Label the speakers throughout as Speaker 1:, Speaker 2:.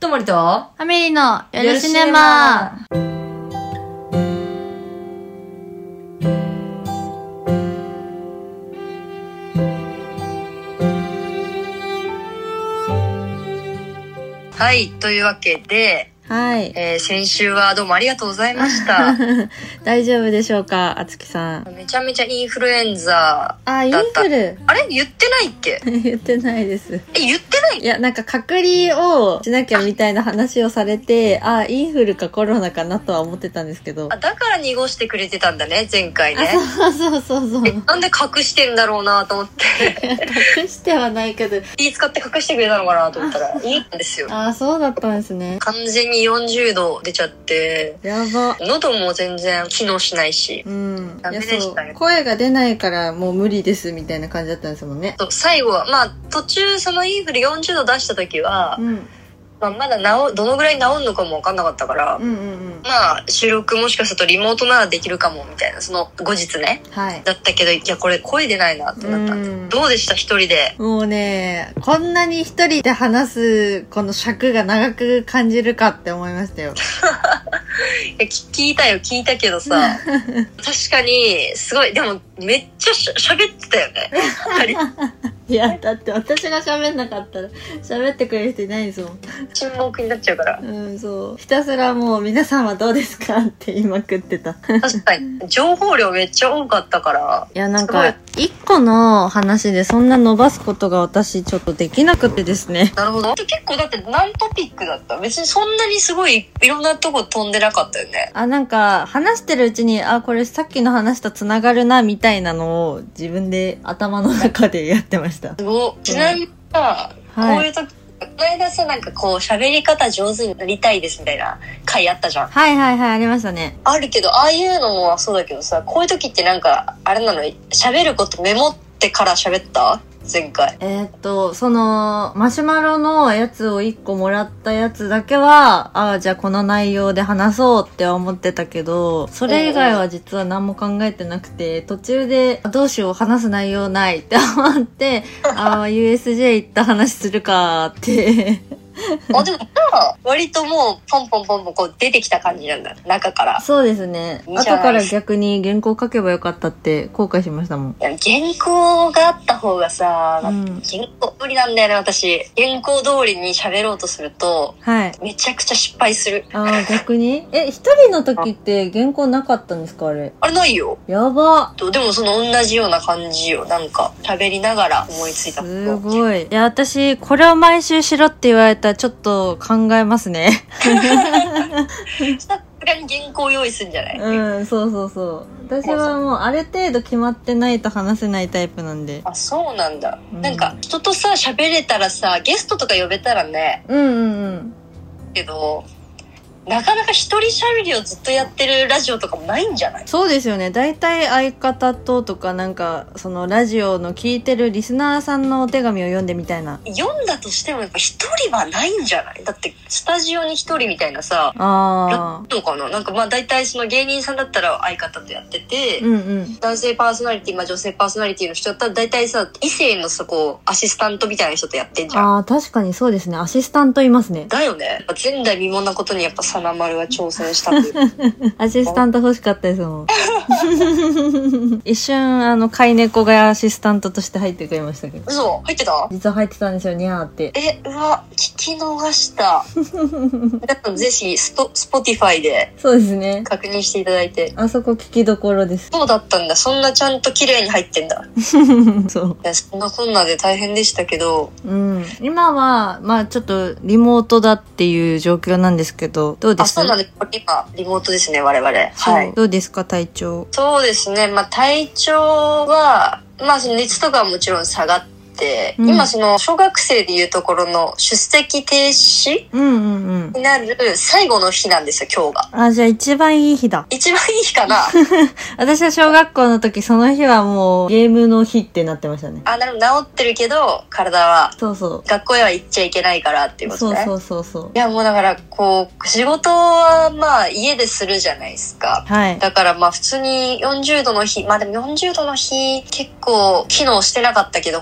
Speaker 1: ともりと
Speaker 2: ファミリーの夜シネマ。
Speaker 3: はい、というわけで、
Speaker 2: はい、
Speaker 3: 先週はどうもありがとうございました。
Speaker 2: 大丈夫でしょうか、あつきさん。
Speaker 3: めちゃめちゃインフルエンザだった。
Speaker 2: インフル。
Speaker 3: あれ言ってないっけ？
Speaker 2: 言ってないです。
Speaker 3: 言ってない？
Speaker 2: いや、なんか隔離をしなきゃみたいな話をされて、インフルかコロナかなとは思ってたんですけど。
Speaker 3: だから濁してくれてたんだね、前回ね。
Speaker 2: そう。
Speaker 3: なんで隠してんだろうなと思って。
Speaker 2: 隠してはないけど。
Speaker 3: 気使って隠してくれたのかなと思ったら、いいんですよ。
Speaker 2: そうだったんですね。
Speaker 3: 完全に40度出ちゃって。
Speaker 2: やば。
Speaker 3: 喉も全然機能しないし。ダメでしたね。
Speaker 2: 声が出ないからもう無理ですみたいな感じだったんですもんね。
Speaker 3: 最後は、途中そのインフル40度出した時は、まだどのぐらい治んのかも分かんなかったから、収録もしかするとリモートならできるかもみたいな、その後日ね、だったけど、いやこれ声出ないなってなったんで。どうでした？一人で。
Speaker 2: もうね、こんなに一人で話すこの尺が長く感じるかって思いましたよ。
Speaker 3: 聞いたけどさ、確かにすごい、でもめっちゃ喋ってたよね。
Speaker 2: いや、だって私が喋んなかったら喋ってくれる人いないですもん。
Speaker 3: 沈黙になっちゃうから。
Speaker 2: そう。ひたすらもう皆さんはどうですかって言いまくってた。
Speaker 3: 確かに。情報量めっちゃ多かったから。
Speaker 2: いや、なんか、一個の話でそんな伸ばすことが私ちょっとできなくてですね。
Speaker 3: なるほど。結構だって何トピックだった？別にそんなにすごいいろんなとこ飛んでなかったよね。
Speaker 2: なんか、話してるうちに、これさっきの話と繋がるな、みたいなのを自分で頭の中でやってました。
Speaker 3: すごい。ちなみにさ、こういう時、この間さ、なんかこう喋り方上手になりたいですみたいな回あったじゃん。
Speaker 2: はい、ありましたね。
Speaker 3: あるけど、ああいうのもそうだけどさ、こういう時ってなんか、あれなの、喋ることメモってから喋った？前回。
Speaker 2: その、マシュマロのやつを1個もらったやつだけは、じゃあこの内容で話そうって思ってたけど、それ以外は実は何も考えてなくて、途中で、どうしよう、話す内容ないって思って、USJ 行った話するかって。
Speaker 3: でも割ともうポンポンこう出てきた感じなんだ、中から。
Speaker 2: そうですね。後から逆に原稿書けばよかったって後悔しましたもん。
Speaker 3: 原稿があった方がさ、原稿無理なんだよね、私。原稿通りに喋ろうとすると、めちゃくちゃ失敗する。
Speaker 2: 逆に？一人の時って原稿なかったんですか？あれ
Speaker 3: ないよ。
Speaker 2: やば。
Speaker 3: でもその同じような感じよ。なんか喋りながら思いついたこと。
Speaker 2: すごい。いや、私これを毎週しろって言われたらちょっと考えますね。
Speaker 3: さすがに原稿用意するんじゃない？
Speaker 2: そう。私はもうある程度決まってないと話せないタイプなんで。
Speaker 3: そうなんだ。なんか人とさ喋れたらさ、ゲストとか呼べたらね。けどなかなか一人喋りをずっとやってるラジオとかもないんじゃない？
Speaker 2: そうですよね。だいたい相方とかなんかそのラジオの聞いてるリスナーさんのお手紙を読んでみたいな。
Speaker 3: 読んだとしてもやっぱ一人はないんじゃない？だってスタジオに一人みたいなさ、どうかな？なんかだいたいその芸人さんだったら相方とやってて、男性パーソナリティ、女性パーソナリティの人だったらだいたいさ、異性のそこアシスタントみたいな人とやってんじゃん。
Speaker 2: 確かにそうですね。アシスタントいますね。
Speaker 3: だよね。前代未聞なことにやっぱサナマルは挑戦したっていう。
Speaker 2: アシスタント欲しかったですもん。一瞬飼い猫がアシスタントとして入ってくれましたけど。
Speaker 3: 嘘？入ってた？
Speaker 2: 実は入ってたんですよ、ニャーって。
Speaker 3: うわ、聞き逃した。だったらぜひスポティファイで
Speaker 2: そうですね、
Speaker 3: 確認していただいて。
Speaker 2: あそこ聞きどころです。
Speaker 3: そうだったんだ。そんなちゃんと綺麗に入ってんだ。
Speaker 2: そう。
Speaker 3: いや、そんなこんなで大変でしたけど。
Speaker 2: 今はちょっとリモートだっていう状況なんですけど、どうです？
Speaker 3: そうなんです。今リモートですね、我々。
Speaker 2: はい。どうですか、体調？
Speaker 3: そうですね。体調はその熱とかはもちろん下がって。今その小学生でいうところの出席停止になる最後の日なんですよ、今日が。
Speaker 2: じゃあ一番いい日だ。
Speaker 3: 一番いい日かな。
Speaker 2: 私は小学校の時その日はもうゲームの日ってなってましたね。
Speaker 3: なるほど。治ってるけど体は学校へは行っちゃいけないからっていうことね。
Speaker 2: そう。
Speaker 3: いや、もうだからこう仕事は家でするじゃないですか。だから普通に40度の日、でも40度の日結構機能してなかったけどほとんど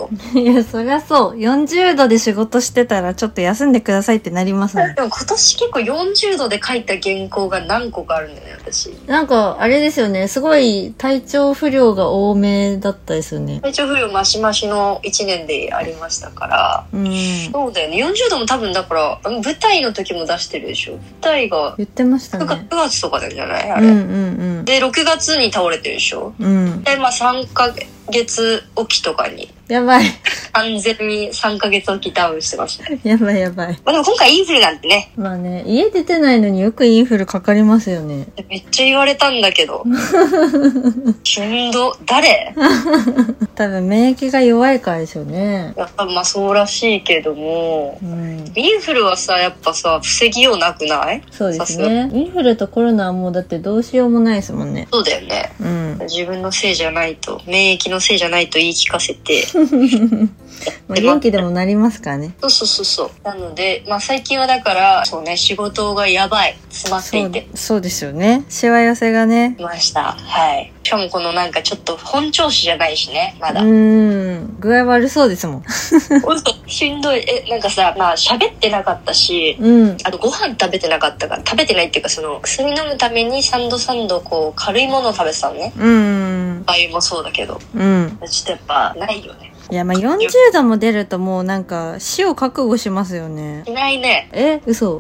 Speaker 3: よ。
Speaker 2: いや、そりゃそう。40度で仕事してたらちょっと休んでくださいってなりますね。
Speaker 3: でも今年結構40度で書いた原稿が何個かあるんだよね、私。
Speaker 2: なんか、あれですよね。すごい体調不良が多めだったですよね。
Speaker 3: 体調不良マシマシの1年でありましたから。そうだよね。40度も多分だから、舞台の時も出してるでしょ。舞台が。
Speaker 2: 言ってましたね。
Speaker 3: 9月とかなんじゃないあれ。で、6月に倒れてるでしょ。で、まあ3ヶ月おきとかに。
Speaker 2: やばい。
Speaker 3: 完全に3ヶ月おきダウンしてました。
Speaker 2: やばいやばい。
Speaker 3: まあでも今回インフルなんてね。
Speaker 2: まあね、家出てないのによくインフルかかりますよね。
Speaker 3: めっちゃ言われたんだけど。しんど、誰？
Speaker 2: 多分免疫が弱いからでしょうね。
Speaker 3: やっぱまあそうらしいけども、インフルはさ、やっぱさ、防ぎようなくない？
Speaker 2: そうですね。インフルとコロナはもうだってどうしようもないですもんね。
Speaker 3: そうだよね。自分のせいじゃないと、免疫のせいじゃないと言い聞かせて。
Speaker 2: まあ元気でもなりますからね。
Speaker 3: そう。なので、まあ最近はだから、そうね、仕事がやばい。詰まっていて。
Speaker 2: そうですよね。しわ寄せがね。
Speaker 3: 来ました。はい。しかもこのなんかちょっと本調子じゃないしね、まだ。
Speaker 2: 具合悪そうですもん。
Speaker 3: しんどい。なんかさ、まあ喋ってなかったし、あとご飯食べてなかったから、食べてないっていうかその、薬飲むために3度こう、軽いものを食べてたのね。場合もそうだけど。ちょっとやっぱ、ないよね。
Speaker 2: いや、まあ、40度も出るともうなんか死を覚悟しますよね。
Speaker 3: しないね。
Speaker 2: 嘘。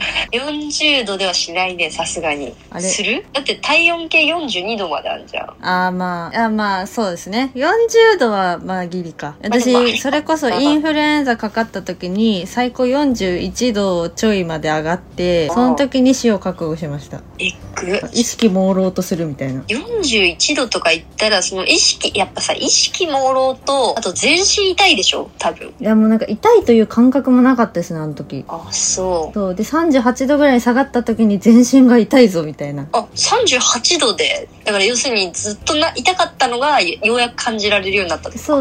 Speaker 3: 40度ではしないね、さすがに。あれする？だって体温計42度まであるじゃん。
Speaker 2: まあ、そうですね。40度はまあギリか。私、それこそインフルエンザかかった時に最高41度ちょいまで上がって、その時に死を覚悟しました。意識朦朧とするみたいな。
Speaker 3: 41度とか言ったら、その意識、やっぱさ、意識朦朧と、あと全身痛いでしょ多分。
Speaker 2: いや、もうなんか痛いという感覚もなかったですね、あの時。
Speaker 3: そう
Speaker 2: で、38度ぐらい下がった時に全身が痛いぞみたいな。
Speaker 3: 38度で、だから要するにずっと痛かったのがようやく感じられるようになった。
Speaker 2: そう。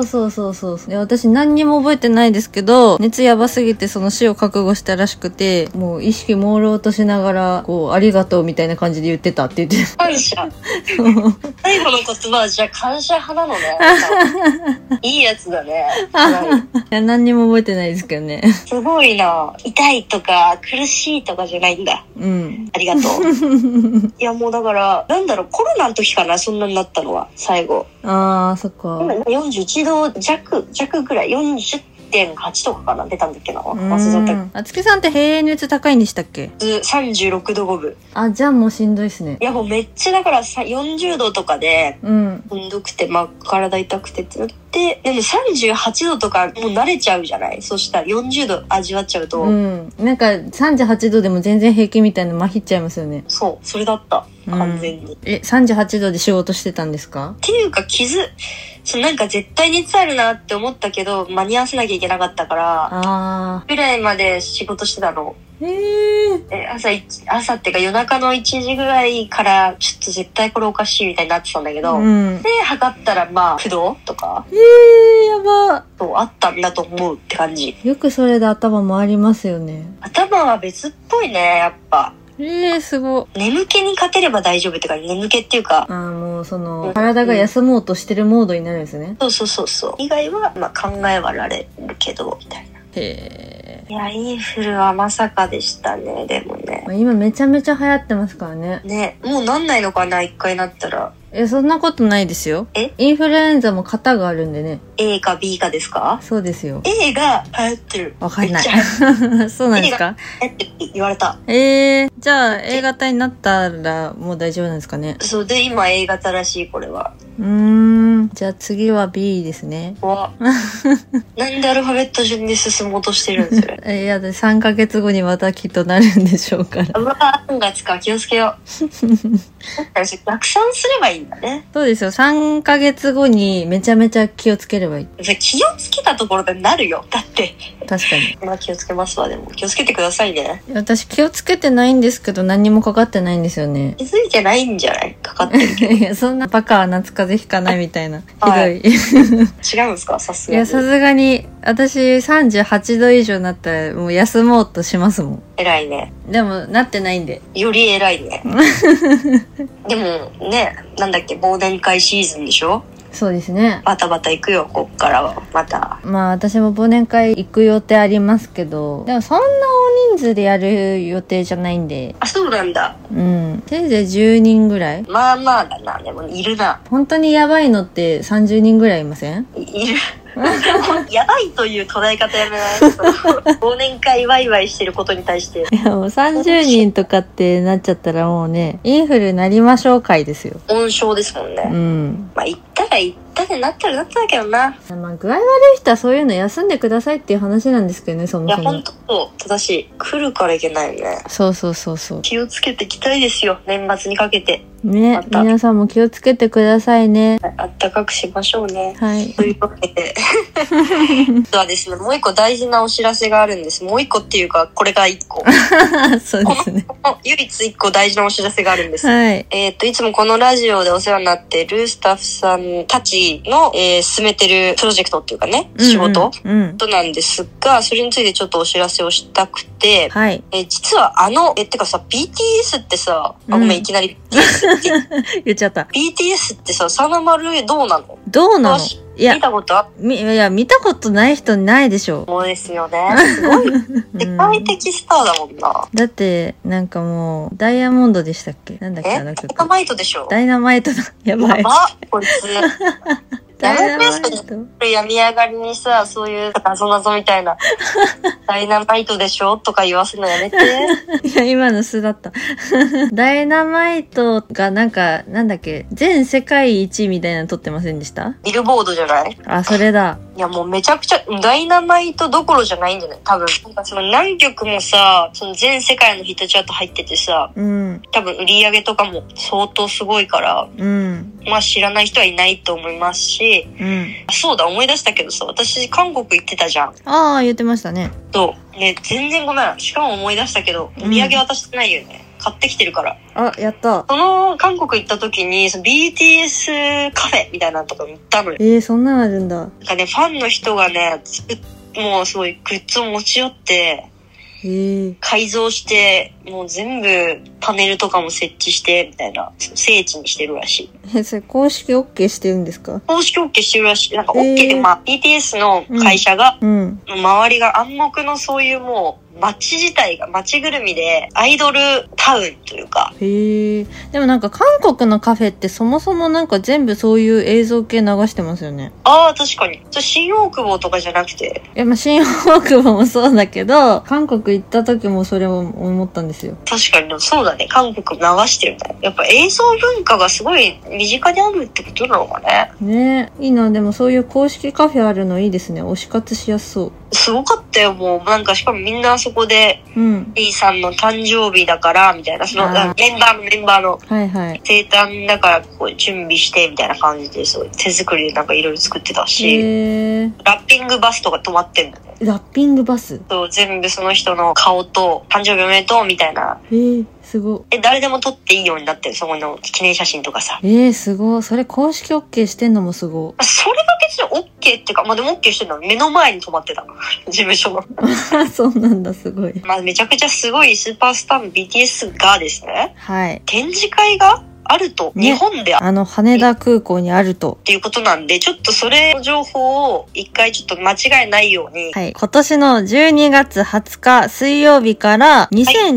Speaker 2: で、私何にも覚えてないですけど、熱やばすぎてその死を覚悟したらしくて、もう意識朦朧としながら、こう、ありがとうみたいな感じで言ってたって言って。
Speaker 3: 感謝。最後の言葉はじゃあ感謝派なのね。いいやつだね。
Speaker 2: いや、何にも覚えてないですけどね。
Speaker 3: すごいな。痛いとか苦しいとかじゃないんだ。ありがとう。いやもうだから、なんだろう、コロナの時かな、そんなになったのは、最後。
Speaker 2: そっか。
Speaker 3: 今41度弱ぐらい、40.8 とかかな、出たんだっけな。忘れちゃった。
Speaker 2: あつきさんって平熱高いんでしたっけ
Speaker 3: ？36度5分。
Speaker 2: じゃあもうしんどいっすね。
Speaker 3: いやもうめっちゃだから40度とかで、しんどくて、まあ体痛くてってなって、でも38度とかもう慣れちゃうじゃない？そしたら40度味わっちゃうと。
Speaker 2: なんか38度でも全然平気みたいなまひっちゃいますよね。
Speaker 3: そう、それだった。完全に。
Speaker 2: 38度で仕事してたんですか？って
Speaker 3: いうかなんか絶対熱あるなって思ったけど、間に合わせなきゃいけなかったから、ぐらいまで仕事してたの。朝っていうか夜中の1時ぐらいからちょっと絶対これおかしいみたいになってたんだけど、で測ったらまあ9度とか
Speaker 2: やば
Speaker 3: そうあったんだと思うって感じ。
Speaker 2: よくそれで頭回りますよね。
Speaker 3: 頭は別っぽいね、やっぱ。
Speaker 2: すごい。
Speaker 3: 眠気に勝てれば大丈夫ってか、眠気っていうか。
Speaker 2: もうその、体が休もうとしてるモードになるんですね。
Speaker 3: そう。以外は、まあ考えはられるけど、みたいな。いや、インフルはまさかでしたね、でもね。
Speaker 2: 今めちゃめちゃ流行ってますからね。
Speaker 3: ね、もうなんないのかな、一回なったら。
Speaker 2: そんなことないですよ。インフルエンザも型があるんでね。
Speaker 3: A か B かですか？
Speaker 2: そうですよ。
Speaker 3: A が流行ってる。
Speaker 2: わかんない。そうなんですか？
Speaker 3: って言われた。
Speaker 2: じゃあ A 型になったらもう大丈夫なんですかね？
Speaker 3: そうで、今 A 型らしい、これは。
Speaker 2: じゃあ次は B ですね。
Speaker 3: なんでアルファベット順に進もうとしてるんですよ。
Speaker 2: いや、3ヶ月後にまたきっとなるんでしょうから。
Speaker 3: 3月か、気をつけよう。逆算すればいいんだね。
Speaker 2: そうですよ。3ヶ月後にめちゃめちゃ気をつければいい。
Speaker 3: 気をつけたところでなるよ。だって。
Speaker 2: 確かに。
Speaker 3: まあ気をつけますわ、でも。気をつけてくださいね。
Speaker 2: 私気をつけてないんですけど何にもかかってないんですよね。
Speaker 3: 気づいてないんじゃない？かかってるけど。
Speaker 2: いや、そんなバカは夏風邪ひかないみたいな。ひどい。
Speaker 3: 違うんですか？さすがに。
Speaker 2: いや、さすがに、私38度以上になったらもう休もうとしますもん。
Speaker 3: 偉いね。
Speaker 2: でも、なってないんで。
Speaker 3: より偉いね。でも、ね、なんだっけ、忘年会シーズンでしょ？
Speaker 2: そうですね。
Speaker 3: バタバタ行くよ、こっからは。また。
Speaker 2: まあ私も忘年会行く予定ありますけど、でもそんな大人数でやる予定じゃないんで。
Speaker 3: あ、そうなんだ。
Speaker 2: うん。せいぜい10人ぐらい。
Speaker 3: まあまあだな、でもいるな。
Speaker 2: 本当にやばいのって30人ぐらいいません？
Speaker 3: いる。やばいという捉え方やめない？忘年会ワイワイしてることに対して。
Speaker 2: いやもう30人とかってなっちゃったらもうね、インフルなりましょう会ですよ。
Speaker 3: 温床ですもんね。
Speaker 2: うん。
Speaker 3: まあ行ったら行ったでなったらなっただけどな。
Speaker 2: まあ具合悪い人はそういうの休んでくださいっていう話なんですけどね、そもそも。
Speaker 3: いやほんとそう正しい。来るからいけないよね。
Speaker 2: そうそうそうそう。
Speaker 3: 気をつけていきたいですよ、年末にかけて。
Speaker 2: ね、皆さんも気をつけてくださいね。
Speaker 3: あったかくしましょうね。
Speaker 2: はい。
Speaker 3: というわけで。実はですね、もう一個大事なお知らせがあるんです。もう一個っていうか、これが一個。
Speaker 2: そうですね。
Speaker 3: この唯一一個大事なお知らせがあるんです。
Speaker 2: はい。
Speaker 3: いつもこのラジオでお世話になっているスタッフさんたちの、進めてるプロジェクトっていうかね、仕事、となんですが、それについてちょっとお知らせをしたくて、
Speaker 2: はい。
Speaker 3: 実はてかさ、BTS ってさ、ごめん、いきなり BTS って
Speaker 2: 言っちゃった。
Speaker 3: BTS ってさ、サナマルどうなの？
Speaker 2: どうなの？いや、
Speaker 3: 見たことある？
Speaker 2: いや、見たことない人ないでしょ。
Speaker 3: そうですよね。すごい。世界的スターだもんな。
Speaker 2: だって、なんかもう、ダイヤモンドでしたっけ？なんだっけあの曲。
Speaker 3: ダイナマイトでしょ？
Speaker 2: ダイナマイトだ。やばい。
Speaker 3: こいつ。ダイナマイト病み上がりにさ、そういう謎みたいなダイナマイトでしょとか言わせるのやめて。
Speaker 2: いや、今の素だった。ダイナマイトがなんか、なんだっけ、全世界一みたいなの撮ってませんでした？
Speaker 3: ビルボードじゃない？
Speaker 2: あ、それだ。
Speaker 3: いやもうめちゃくちゃダイナマイトどころじゃないんじゃない？多分。なんかその何曲もさ、その全世界のヒットチャート入っててさ、
Speaker 2: うん。
Speaker 3: 多分売り上げとかも相当すごいから、
Speaker 2: うん。
Speaker 3: まあ知らない人はいないと思いますし、
Speaker 2: うん。
Speaker 3: そうだ、思い出したけどさ、私韓国行ってたじゃん。
Speaker 2: ああ、言ってましたね。
Speaker 3: そう。ね、全然ごめん。しかも思い出したけど、お土産渡してないよね。買ってきてるから。
Speaker 2: あ、やった。
Speaker 3: その韓国行った時に、その BTS カフェみたいなのとか行ったのよ。
Speaker 2: そんなのあるんだ。
Speaker 3: なんかね、ファンの人がね、もうすごいグッズを持ち寄って、改造して、もう全部パネルとかも設置して、みたいな、聖地にしてるらし
Speaker 2: い。それ公式 OK してるんですか？
Speaker 3: 公式 OK してるらしい。なんか OK で、まあ BTS の会社が、周りが暗黙のそういうもう、街自体が街ぐるみでアイドルタウンというか。
Speaker 2: へえ。でもなんか韓国のカフェってそもそもなんか全部そういう映像系流してますよね。
Speaker 3: ああ、確かに。新大久保とかじゃなくて。
Speaker 2: いや、まあ新大久保もそうだけど、韓国行った時もそれを思ったんですよ。
Speaker 3: 確かに、でもそうだね。韓国流してるんだよ。やっぱ映像文化がすごい身近にあるってことなのかね。
Speaker 2: ねえ。いいな。でもそういう公式カフェあるのいいですね。推し活しやすそう。
Speaker 3: すごかったよ、もう。なんかしかもみんなそこで、B さんの誕生日だから、みたいな、そのメンバーの、
Speaker 2: はいはい。
Speaker 3: 生誕だからこう準備して、みたいな感じで、そう手作りでなんかいろいろ作ってたし、ラッピングバスとか止まってんだね。
Speaker 2: ラッピングバス？
Speaker 3: そう、全部その人の顔と、誕生日おめでとう、みたいな。
Speaker 2: すごい。
Speaker 3: 誰でも撮っていいようになってる、そこの記念写真とかさ。
Speaker 2: すごい。それ公式 OK してんのもすごい。
Speaker 3: それが別に OK っていうか、まあでも OK してるのは目の前に止まってた。事務所の。
Speaker 2: そうなんだ、すごい。
Speaker 3: まあめちゃくちゃすごいスーパースターの BTS がですね。
Speaker 2: はい。
Speaker 3: 展示会があると、日本で
Speaker 2: 羽田空港にあると
Speaker 3: っていうことなんで、ちょっとそれの情報を一回ちょっと間違いないように、
Speaker 2: はい、今年の12月20日水曜日から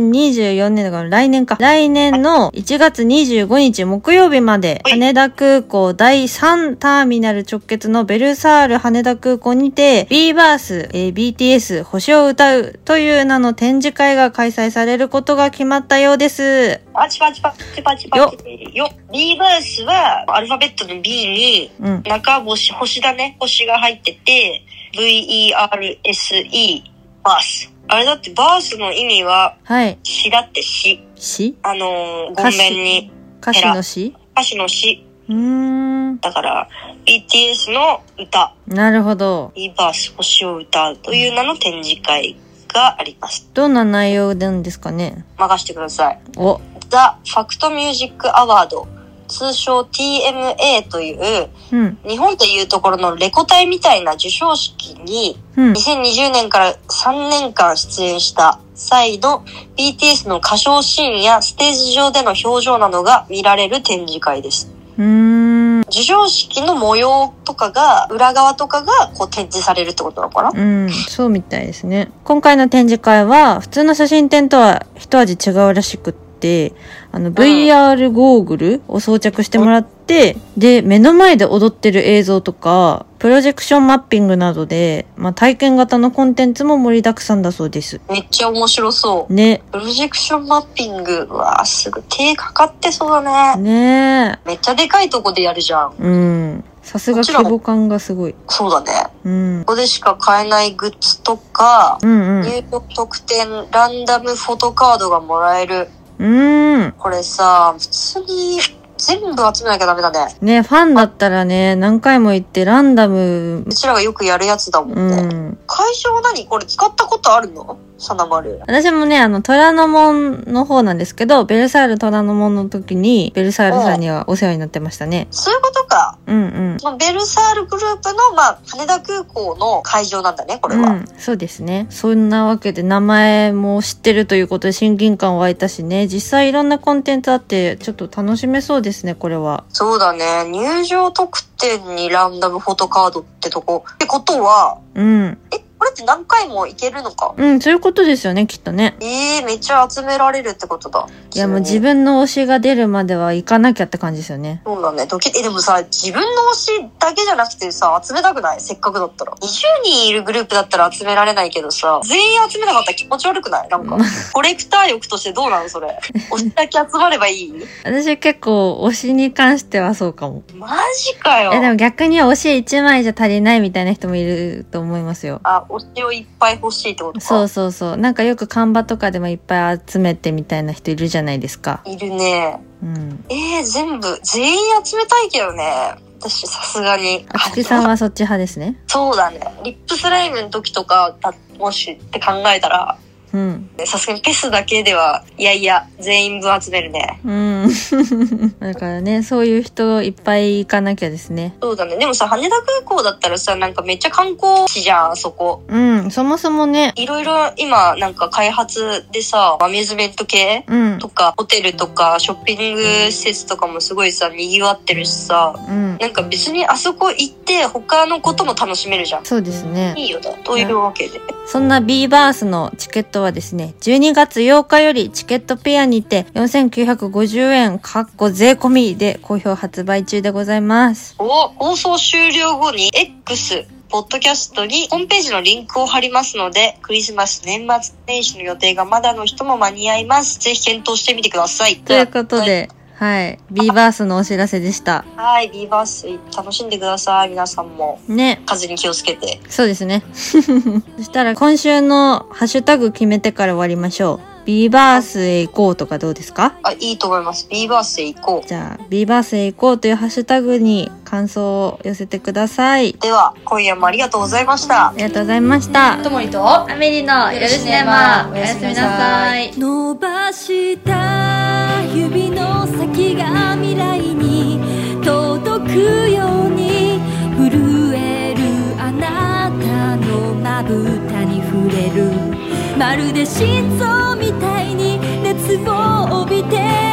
Speaker 2: 2024年だから来年の1月25日木曜日まで、羽田空港第3ターミナル直結のベルサール羽田空港にて BTS 星を歌うという名の展示会が開催されることが決まったようです。
Speaker 3: パチパチ。リーバースはアルファベットの B に中星だね。星が入ってて VERSE バース。あれだってバースの意味は詩だって詩。
Speaker 2: 詩？
Speaker 3: ごめんに
Speaker 2: 歌詞の詩？
Speaker 3: 歌詞の詩。だから BTS の歌。
Speaker 2: なるほど。
Speaker 3: リーバース星を歌うという名の展示会があります。
Speaker 2: どんな内容なんですかね？
Speaker 3: 任せてください。
Speaker 2: お。
Speaker 3: ザ・ファクトミュージックアワード、通称 TMA という、日本でいうところのレコ大みたいな授賞式に、2020年から3年間出演した際の BTS の歌唱シーンやステージ上での表情などが見られる展示会です。 授賞式の模様とかが、裏側とかがこう展示されるってことなのかな？
Speaker 2: うん、そうみたいですね。今回の展示会は、普通の写真展とは一味違うらしくって、VR ゴーグルを装着してもらって、で、目の前で踊ってる映像とか、プロジェクションマッピングなどで、体験型のコンテンツも盛りだくさんだそうです。
Speaker 3: めっちゃ面白そう。
Speaker 2: ね。
Speaker 3: プロジェクションマッピングはすぐ手かかってそうだね。
Speaker 2: ねえ。
Speaker 3: めっちゃでかいとこでやるじゃん。
Speaker 2: うん。さすが規模感がすごい。
Speaker 3: そうだね。
Speaker 2: うん。
Speaker 3: ここでしか買えないグッズとか、入場特典、ランダムフォトカードがもらえる。これさ、普通に全部集めなきゃダメだね。
Speaker 2: ね、ファンだったらね、何回も行ってランダム。
Speaker 3: うちらがよくやるやつだもんね。会場何これ使ったことあるの？サナマル。
Speaker 2: 私もね、虎ノ門の方なんですけど、ベルサール虎ノ門の時に、ベルサールさんにはお世話になってましたね。
Speaker 3: そういうことか。
Speaker 2: うんうん。
Speaker 3: ベルサールグループの、羽田空港の会場なんだね、これは。
Speaker 2: そうですね。そんなわけで名前も知ってるということで親近感湧いたしね、実際いろんなコンテンツあって、ちょっと楽しめそうですね、これは。
Speaker 3: そうだね。入場特典にランダムフォトカードってとこ。ってことは、これって何回も行けるのか？
Speaker 2: そういうことですよね、きっとね。
Speaker 3: めっちゃ集められるってことだ。
Speaker 2: いや、もう自分の推しが出るまでは行かなきゃって感じですよね。
Speaker 3: そうだね。でもさ、自分の推しだけじゃなくてさ、集めたくない？せっかくだったら。20人いるグループだったら集められないけどさ、全員集めなかったら気持ち悪くない？なんか、コレクター欲としてどうなのそれ。推しだけ集まればいい？
Speaker 2: 私結構推しに関してはそうかも。
Speaker 3: マジかよ。
Speaker 2: でも逆に推し1枚じゃ足りないみたいな人もいると思いますよ。
Speaker 3: 推しをいっぱい欲しいってことか。
Speaker 2: そうそうそう。なんかよく看板とかでもいっぱい集めてみたいな人いるじゃないですか。
Speaker 3: いるね。全員集めたいけどね。私さすがに。
Speaker 2: あつきさんはそっち派ですね。
Speaker 3: そうだね。リップスライムの時とかもしって考えたら、さすがにペスだけでは、全員分集めるね。
Speaker 2: だからね、そういう人いっぱい行かなきゃですね。
Speaker 3: そうだね。でもさ、羽田空港だったらさ、なんかめっちゃ観光地じゃん、そこ。
Speaker 2: そもそもね。
Speaker 3: いろいろ今、なんか開発でさ、アミューズメント系とか、ホテルとか、ショッピング施設とかもすごいさ、賑わってるしさ、なんか別にあそこ行って他のことも楽しめるじゃん。
Speaker 2: そうですね。
Speaker 3: いいよね。というわけで。
Speaker 2: そんな B バースのチケットはですね、12月8日よりチケットペアにて4950円税込みで好評発売中でございます。
Speaker 3: 放送終了後に X、ポッドキャストにホームページのリンクを貼りますので、クリスマス年末年始の予定がまだの人も間に合います。ぜひ検討してみてください。
Speaker 2: ということで、B バースのお知らせでした。
Speaker 3: B バース楽しんでください。皆さんも。ね。風に気をつけて。
Speaker 2: そうですね。そしたら今週のハッシュタグ決めてから終わりましょう。B バースへ行こうとかどうですか？
Speaker 3: いいと思います。B バースへ行こう。
Speaker 2: じゃあ、B バースへ行こうというハッシュタグに感想を寄せてください。
Speaker 3: では、今夜もありがとうございました。
Speaker 2: ありがとうございました。
Speaker 1: ともりと
Speaker 2: アメリの夜シネマ、おやすみなさい。
Speaker 4: 伸ばした指の先が未来に届くように震えるあなたのまぶたに触れる、まるで心臓みたいに熱を帯びて